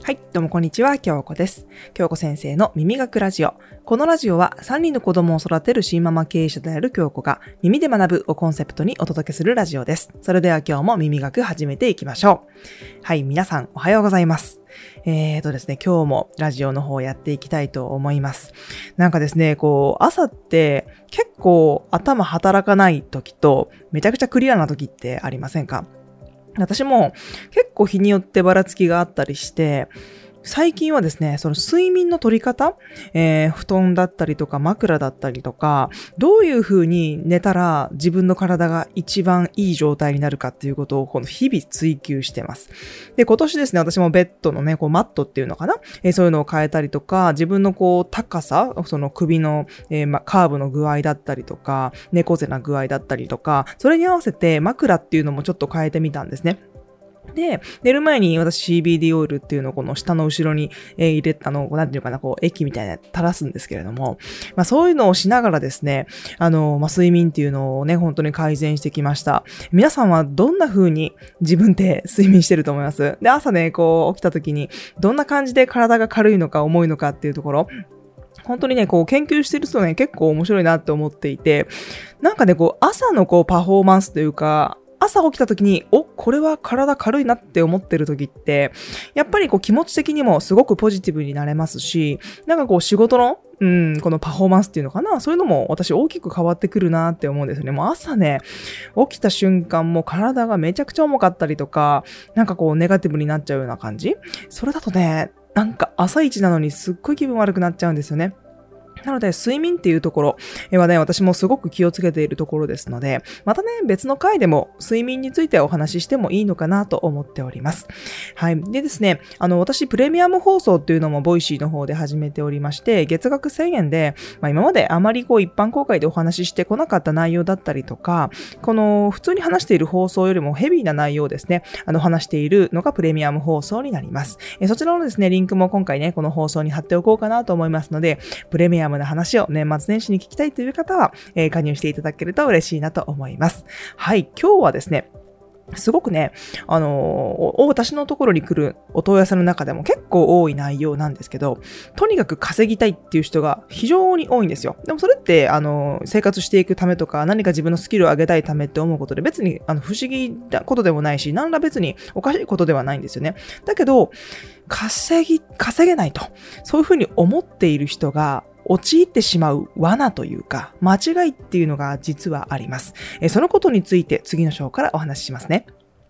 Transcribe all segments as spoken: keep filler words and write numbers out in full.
はい、どうもこんにちは、京子です。京子先生の耳学ラジオ。このラジオはさんにんの子供を育てる新ママ経営者である京子が耳で学ぶをコンセプトにお届けするラジオです。それでは今日も耳学始めていきましょう。はい、皆さんおはようございます。えーとですね、今日もラジオの方やっていきたいと思います。なんかですね、こう、朝って結構頭働かない時とめちゃくちゃクリアな時ってありませんか？私も結構日によってばらつきがあったりして、最近はですね、その睡眠の取り方、えー、布団だったりとか枕だったりとか、どういう風に寝たら自分の体が一番いい状態になるかっていうことをこの日々追求してます。で、今年ですね、私もベッドのね、こうマットっていうのかな、えー、そういうのを変えたりとか、自分のこう高さ、その首の、えーま、カーブの具合だったりとか、猫背な具合だったりとか、それに合わせて枕っていうのもちょっと変えてみたんですね。で、寝る前に私 シービーディー オイルっていうのをこの下の後ろに、えー、入れ、あの、なんていうかな、こう、液みたいな垂らすんですけれども、まあそういうのをしながらですね、あの、まあ睡眠っていうのをね、本当に改善してきました。皆さんはどんな風に自分って睡眠してると思います？で、朝ね、こう、起きた時に、どんな感じで体が軽いのか重いのかっていうところ、本当にね、こう研究してる人ね、結構面白いなって思っていて、なんかね、こう、朝のこう、パフォーマンスというか、朝起きた時に、お、これは体軽いなって思ってる時って、やっぱりこう気持ち的にもすごくポジティブになれますし、なんかこう仕事の、うん、このパフォーマンスっていうのかな、そういうのも私大きく変わってくるなって思うんですよね。もう朝ね、起きた瞬間も体がめちゃくちゃ重かったりとか、なんかこうネガティブになっちゃうような感じ。それだとね、なんか朝一なのにすっごい気分悪くなっちゃうんですよね。なので、睡眠っていうところはね、私もすごく気をつけているところですので、またね、別の回でも睡眠についてお話ししてもいいのかなと思っております。はい。でですね、あの、私、プレミアム放送っていうのもボイシーの方で始めておりまして、月額せんえんで、まあ、今まであまりこう一般公開でお話ししてこなかった内容だったりとか、この普通に話している放送よりもヘビーな内容ですね、あの、話しているのがプレミアム放送になります。えそちらのですね、リンクも今回ね、この放送に貼っておこうかなと思いますので、プレミアムな話を年末年始に聞きたいという方は、えー、加入していただけると嬉しいなと思います。はい、今日はですね、すごくね、あのー、私のところに来るお問い合わせの中でも結構多い内容なんですけど、とにかく稼ぎたいっていう人が非常に多いんですよ。でもそれって、あのー、生活していくためとか、何か自分のスキルを上げたいためって思うことで、別にあの不思議なことでもないし、何ら別におかしいことではないんですよね。だけど、稼ぎ、稼げないと、そういうふうに思っている人が、陥ってしまう罠というか、間違いっていうのが実はあります。えそのことについて次の章からお話ししますね。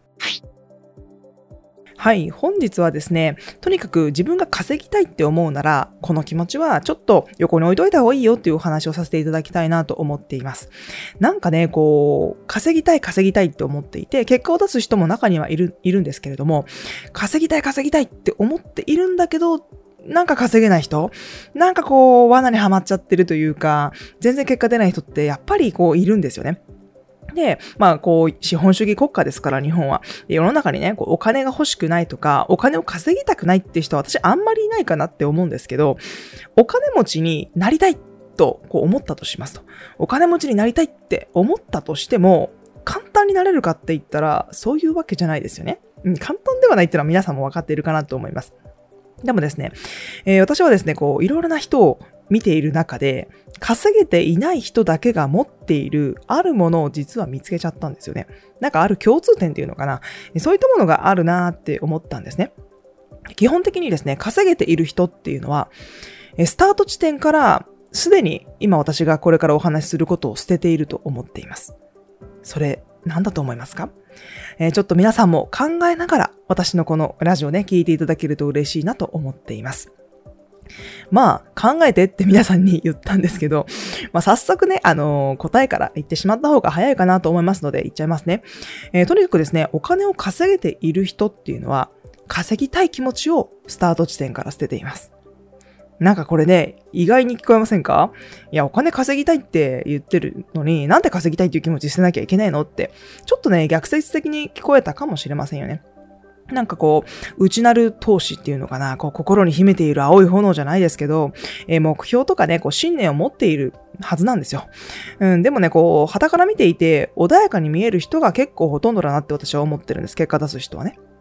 はい、本日はですね、とにかく自分が稼ぎたいって思うなら、この気持ちはちょっと横に置いといた方がいいよっていうお話をさせていただきたいなと思っています。なんかね、こう、稼ぎたい稼ぎたいって思っていて、結果を出す人も中にはいる、いるんですけれども、稼ぎたい稼ぎたいって思っているんだけど、なんか稼げない人なんかこう、罠にはまっちゃってるというか、全然結果出ない人ってやっぱりこういるんですよね。で、まあ、こう、資本主義国家ですから、日本は。世の中にね、こうお金が欲しくないとか、お金を稼ぎたくないって人は私あんまりいないかなって思うんですけど、お金持ちになりたいとこう思ったとしますと。お金持ちになりたいって思ったとしても、簡単になれるかって言ったら、そういうわけじゃないですよね。うん、簡単ではないっていうのは皆さんも分かっているかなと思います。でもですね、えー、私はですね、こう、いろいろな人を見ている中で、稼げていない人だけが持っているあるものを実は見つけちゃったんですよね。なんかある共通点っていうのかな。そういったものがあるなーって思ったんですね。基本的にですね、稼げている人っていうのは、スタート地点からすでに今私がこれからお話しすることを捨てていると思っています。それ、何だと思いますか？えー、ちょっと皆さんも考えながら私のこのラジオね、聞いていただけると嬉しいなと思っています。まあ、考えてって皆さんに言ったんですけど、まあ早速ね、あのー、答えから言ってしまった方が早いかなと思いますので言っちゃいますね。えー、とにかくですね、お金を稼げている人っていうのは、稼ぎたい気持ちをスタート地点から捨てています。なんかこれね、意外に聞こえませんか？いや、お金稼ぎたいって言ってるのに、なんで稼ぎたいっていう気持ち捨てなきゃいけないのって、ちょっとね、逆説的に聞こえたかもしれませんよね。なんかこう、内なる闘志っていうのかな、こう心に秘めている青い炎じゃないですけど、えー、目標とかね、こう信念を持っているはずなんですよ。うん、でもね、こう、傍から見ていて、穏やかに見える人が結構ほとんどだなって私は思ってるんです。結果出す人はね。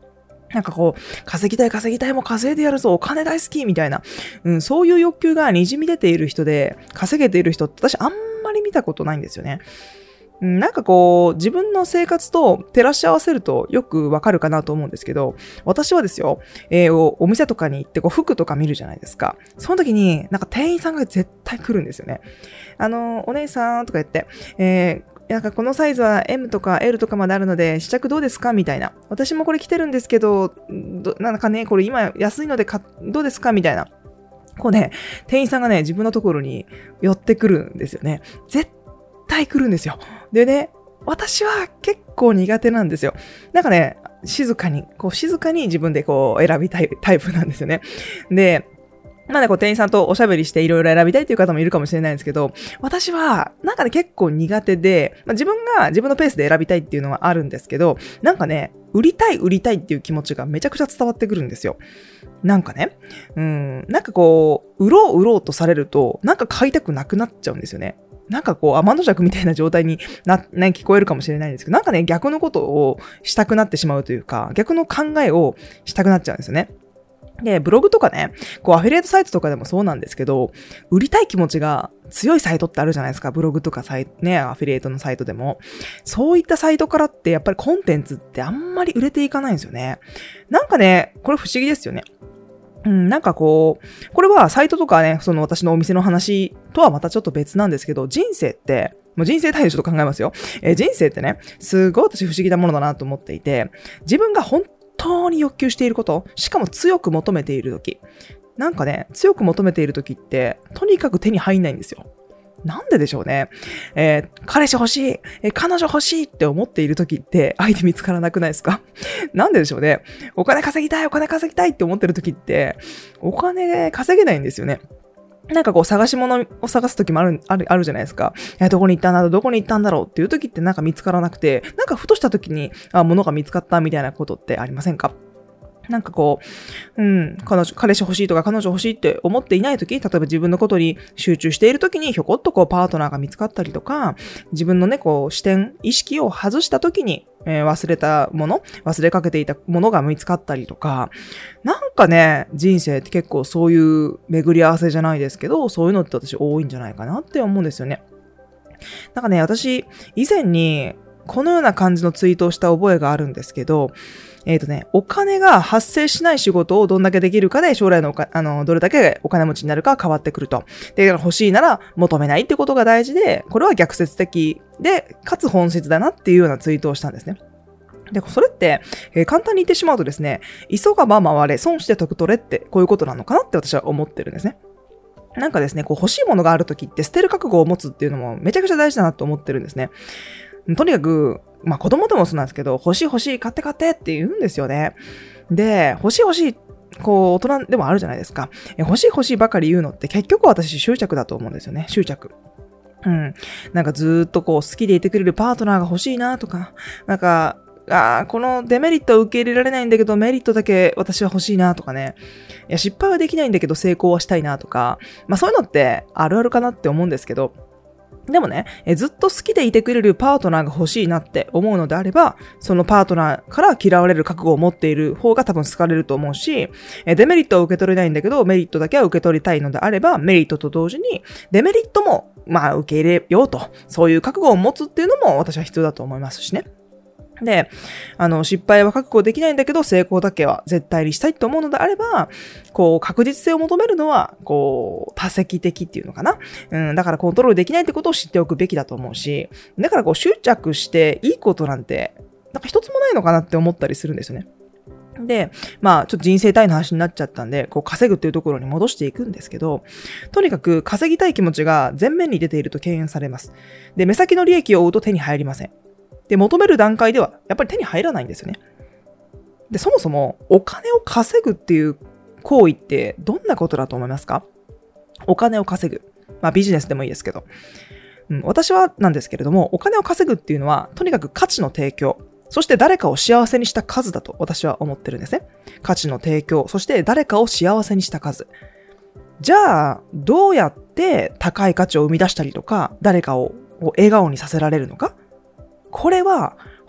なんかこう、稼ぎたい稼ぎたいもう稼いでやるぞ、お金大好きみたいな、うん、そういう欲求が滲み出ている人で、稼げている人って私あんまり見たことないんですよね。うん、なんかこう、自分の生活と照らし合わせるとよくわかるかなと思うんですけど、私はですよ、えー、お, お店とかに行ってこう服とか見るじゃないですか。その時になんか店員さんが絶対来るんですよね。あの、お姉さんとか言って、えーなんかこのサイズは エム とか エル とかまであるので試着どうですかみたいな。私もこれ着てるんですけど、どなんかね、これ今安いのでかどうですかみたいな。こうね、店員さんがね、自分のところに寄ってくるんですよね。絶対来るんですよ。でね、私は結構苦手なんですよ。なんかね、静かに、こう静かに自分でこう選びたいタイプなんですよね。で、まあね、こう店員さんとおしゃべりしていろいろ選びたいという方もいるかもしれないんですけど、私はなんかね結構苦手で、まあ、自分が自分のペースで選びたいっていうのはあるんですけど、なんかね、売りたい売りたいっていう気持ちがめちゃくちゃ伝わってくるんですよ。なんかね、うん、なんかこう、売ろう売ろうとされると、なんか買いたくなくなっちゃうんですよね。なんかこう、天の弱みたいな状態にな、ね、聞こえるかもしれないんですけど、なんかね、逆のことをしたくなってしまうというか、逆の考えをしたくなっちゃうんですよね。で、ブログとかね、こうアフィリエイトサイトとかでもそうなんですけど、売りたい気持ちが強いサイトってあるじゃないですか。ブログとかサイトね、アフィリエイトのサイトでも。そういったサイトからってやっぱりコンテンツってあんまり売れていかないんですよね。なんかね、これ不思議ですよね。うん、なんかこう、これはサイトとかね、その私のお店の話とはまたちょっと別なんですけど、人生って、もう人生単位でちょっと考えますよ。えー、人生ってね、すごい私不思議なものだなと思っていて、自分が本当に欲求していること、しかも強く求めているとき。なんかね、強く求めているときって、とにかく手に入んないんですよ。なんででしょうね。えー、彼氏欲しい、えー、彼女欲しいって思っているときって、相手見つからなくないですか？なんででしょうね。お金稼ぎたい、お金稼ぎたいって思ってるときって、お金稼げないんですよね。なんかこう探し物を探すときもある、ある、あるじゃないですか。え、どこに行ったんだろう、どこに行ったんだろうっていうときってなんか見つからなくて、なんかふとしたときに、あ、物が見つかったみたいなことってありませんか？なんかこう、うん、彼女、彼氏欲しいとか彼女欲しいって思っていないとき、例えば自分のことに集中しているときにひょこっとこうパートナーが見つかったりとか、自分のね、こう視点、意識を外したときに、えー、忘れたもの、忘れかけていたものが見つかったりとか、なんかね、人生って結構そういう巡り合わせじゃないですけど、そういうのって私多いんじゃないかなって思うんですよね。なんかね、私、以前にこのような感じのツイートをした覚えがあるんですけど、えっとね、お金が発生しない仕事をどんだけできるかで将来のおか、あの、どれだけお金持ちになるか変わってくると。で、欲しいなら求めないってことが大事で、これは逆説的で、かつ本質だなっていうようなツイートをしたんですね。で、それって、えー、簡単に言ってしまうとですね、急がば回れ、損して得取れってこういうことなのかなって私は思ってるんですね。なんかですね、こう欲しいものがあるときって捨てる覚悟を持つっていうのもめちゃくちゃ大事だなと思ってるんですね。とにかく、まあ子供でもそうなんですけど、欲しい欲しい、買って買ってって言うんですよね。で、欲しい欲しい、こう大人でもあるじゃないですか。欲しい欲しいばかり言うのって結局私執着だと思うんですよね。執着。うん。なんかずーっとこう好きでいてくれるパートナーが欲しいなとか、なんか、あこのデメリットは受け入れられないんだけどメリットだけ私は欲しいなとかね。いや失敗はできないんだけど成功はしたいなとか。まあそういうのってあるあるかなって思うんですけど、でもね、えずっと好きでいてくれるパートナーが欲しいなって思うのであれば、そのパートナーから嫌われる覚悟を持っている方が多分好かれると思うし、えデメリットは受け取れないんだけど、メリットだけは受け取りたいのであれば、メリットと同時に、デメリットも、まあ、受け入れようと、そういう覚悟を持つっていうのも私は必要だと思いますしね。で、あの、失敗は覚悟できないんだけど、成功だけは絶対にしたいと思うのであれば、こう、確実性を求めるのは、こう、多責的っていうのかな。うん、だからコントロールできないってことを知っておくべきだと思うし、だからこう、執着していいことなんて、なんか一つもないのかなって思ったりするんですよね。で、まあ、ちょっと人生単位の話になっちゃったんで、こう、稼ぐっていうところに戻していくんですけど、とにかく稼ぎたい気持ちが前面に出ていると敬遠されます。で、目先の利益を追うと手に入りません。で、求める段階では、やっぱり手に入らないんですよね。で、そもそも、お金を稼ぐっていう行為って、どんなことだと思いますか？お金を稼ぐ。まあ、ビジネスでもいいですけど。うん、私はなんですけれども、お金を稼ぐっていうのは、とにかく価値の提供、そして誰かを幸せにした数だと私は思ってるんですね。価値の提供、そして誰かを幸せにした数。じゃあ、どうやって高い価値を生み出したりとか、誰かを笑顔にさせられるのか？これは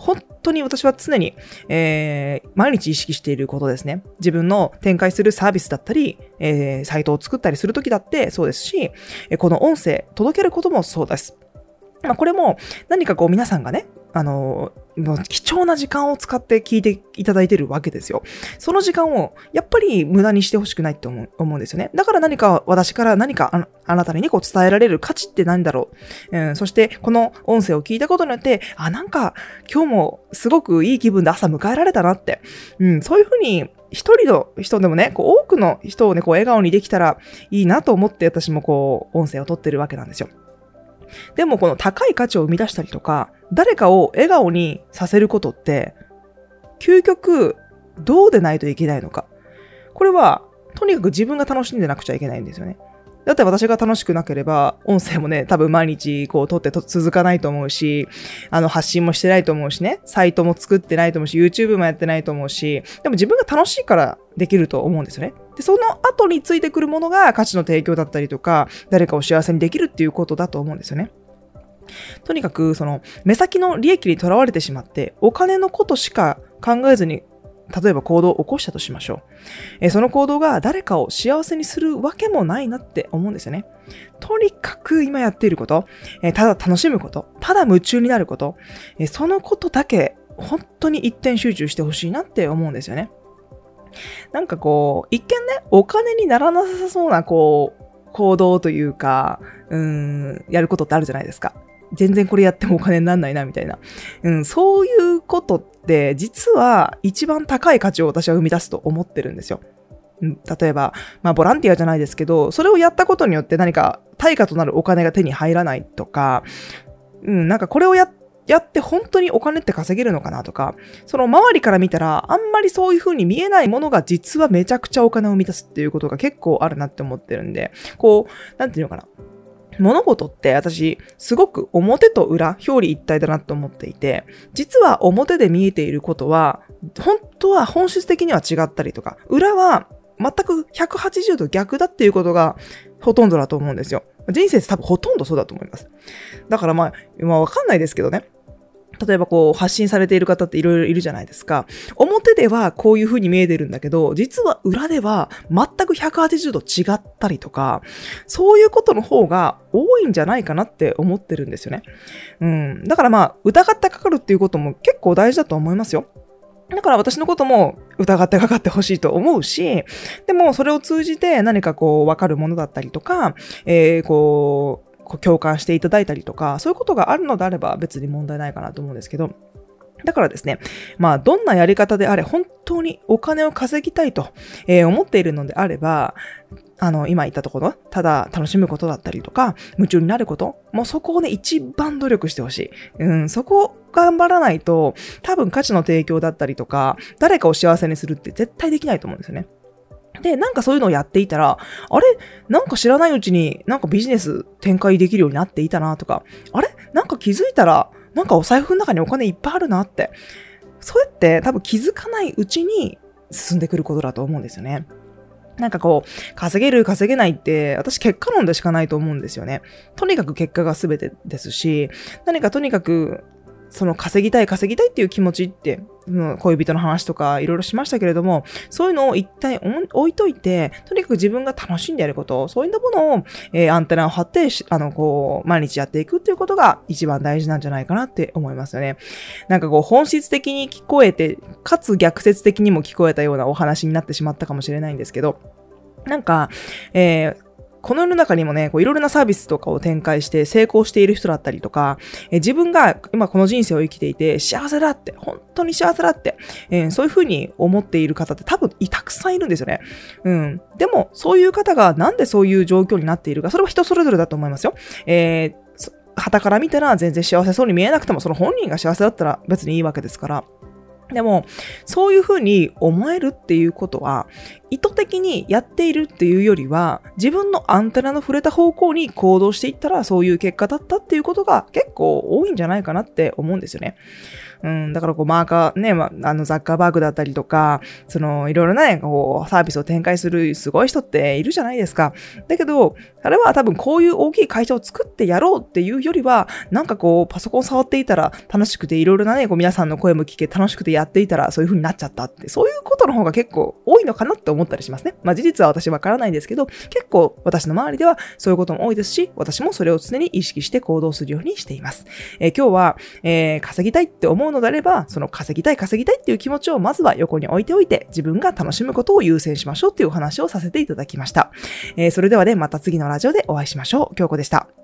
本当に私は常に、えー、毎日意識していることですね。自分の展開するサービスだったり、えー、サイトを作ったりするときだってそうですし、この音声届けることもそうです。まあ、これも何かこう皆さんがね、あの、貴重な時間を使って聞いていただいてるわけですよ。その時間をやっぱり無駄にしてほしくないって思う、思うんですよね。だから何か私から何か あ, あなたにこう伝えられる価値って何だろう、うん。そしてこの音声を聞いたことによって、あ、なんか今日もすごくいい気分で朝迎えられたなって。うん、そういうふうに一人の人でもね、こう多くの人をね、こう笑顔にできたらいいなと思って私もこう音声を取ってるわけなんですよ。でもこの高い価値を生み出したりとか、誰かを笑顔にさせることって、究極どうでないといけないのか。これは、とにかく自分が楽しんでなくちゃいけないんですよね。だって私が楽しくなければ、音声もね、多分毎日こう撮ってと続かないと思うし、あの発信もしてないと思うしね、サイトも作ってないと思うし、YouTube もやってないと思うし、でも自分が楽しいからできると思うんですよね。で、その後についてくるものが価値の提供だったりとか、誰かを幸せにできるっていうことだと思うんですよね。とにかく、その、目先の利益にとらわれてしまって、お金のことしか考えずに、例えば行動を起こしたとしましょう。えー、その行動が誰かを幸せにするわけもないなって思うんですよね。とにかく今やっていること、えー、ただ楽しむこと、ただ夢中になること、えー、そのことだけ本当に一点集中してほしいなって思うんですよね。なんかこう、一見ね、お金にならなさそうなこう、行動というか、うーん、やることってあるじゃないですか。全然これやってもお金にならないなみたいな、うん、そういうことって実は一番高い価値を私は生み出すと思ってるんですよ。うん、例えば、まあボランティアじゃないですけど、それをやったことによって何か対価となるお金が手に入らないとか、うん、なんかこれをややって本当にお金って稼げるのかなとか、その周りから見たらあんまりそういう風に見えないものが実はめちゃくちゃお金を生み出すっていうことが結構あるなって思ってるんで、こう、なんていうのかな。物事って私すごく表と裏、表裏一体だなと思っていて、実は表で見えていることは本当は本質的には違ったりとか、裏は全くひゃくはちじゅうど逆だっていうことがほとんどだと思うんですよ。人生って多分ほとんどそうだと思います。だからまあ、まあわかんないですけどね。例えばこう発信されている方っていろいろいるじゃないですか。表ではこういう風に見えてるんだけど、実は裏では全くひゃくはちじゅうど違ったりとか、そういうことの方が多いんじゃないかなって思ってるんですよね。うん。だからまあ、疑ってかかるっていうことも結構大事だと思いますよ。だから私のことも疑ってかかってほしいと思うし、でもそれを通じて何かこう分かるものだったりとか、えー、こう、共感していただいたりとか、そういうことがあるのであれば別に問題ないかなと思うんですけど、だからですね、まあどんなやり方であれ本当にお金を稼ぎたいと、えー、思っているのであれば、あの今言ったところ、ただ楽しむことだったりとか、夢中になること、もうそこをね一番努力してほしい。うん、そこを頑張らないと多分価値の提供だったりとか、誰かを幸せにするって絶対できないと思うんですよね。で、なんかそういうのをやっていたら、あれなんか知らないうちになんかビジネス展開できるようになっていたなとか、あれなんか気づいたら、なんかお財布の中にお金いっぱいあるなって。そうやって多分気づかないうちに進んでくることだと思うんですよね。なんかこう、稼げる稼げないって、私結果論でしかないと思うんですよね。とにかく結果が全てですし、何かとにかく、その稼ぎたい稼ぎたいっていう気持ちって、うん、恋人の話とかいろいろしましたけれども、そういうのを一体置いといて、とにかく自分が楽しんでやること、そういったものを、えー、アンテナを張って、あの、こう、毎日やっていくっていうことが一番大事なんじゃないかなって思いますよね。なんかこう、本質的に聞こえて、かつ逆説的にも聞こえたようなお話になってしまったかもしれないんですけど、なんか、えー、この世の中にもね、こういろいろなサービスとかを展開して成功している人だったりとか、え自分が今この人生を生きていて幸せだって、本当に幸せだって、えー、そういうふうに思っている方って多分たくさんいるんですよね。うん。でも、そういう方がなんでそういう状況になっているか、それは人それぞれだと思いますよ。えー、傍から見たら全然幸せそうに見えなくても、その本人が幸せだったら別にいいわけですから。でも、そういうふうに思えるっていうことは、意図的にやっているっていうよりは、自分のアンテナの触れた方向に行動していったら、そういう結果だったっていうことが結構多いんじゃないかなって思うんですよね。 うん、だからこうマーカーね、ま、あのザッカーバーグだったりとか、そのいろいろね、こうサービスを展開するすごい人っているじゃないですか。だけど、あれは多分こういう大きい会社を作ってやろうっていうよりは、なんかこうパソコン触っていたら楽しくていろいろなね、こう皆さんの声も聞け楽しくてやっていたらそういう風になっちゃったって、そういうことの方が結構多いのかなって思ったりしますね。まあ事実は私わからないんですけど、結構私の周りではそういうことも多いですし、私もそれを常に意識して行動するようにしています。えー、今日は、えー、稼ぎたいって思うのであれば、その稼ぎたい稼ぎたいっていう気持ちをまずは横に置いておいて、自分が楽しむことを優先しましょうっていうお話をさせていただきました。えー、それではね、また次のラジオでお会いしましょう。京子でした。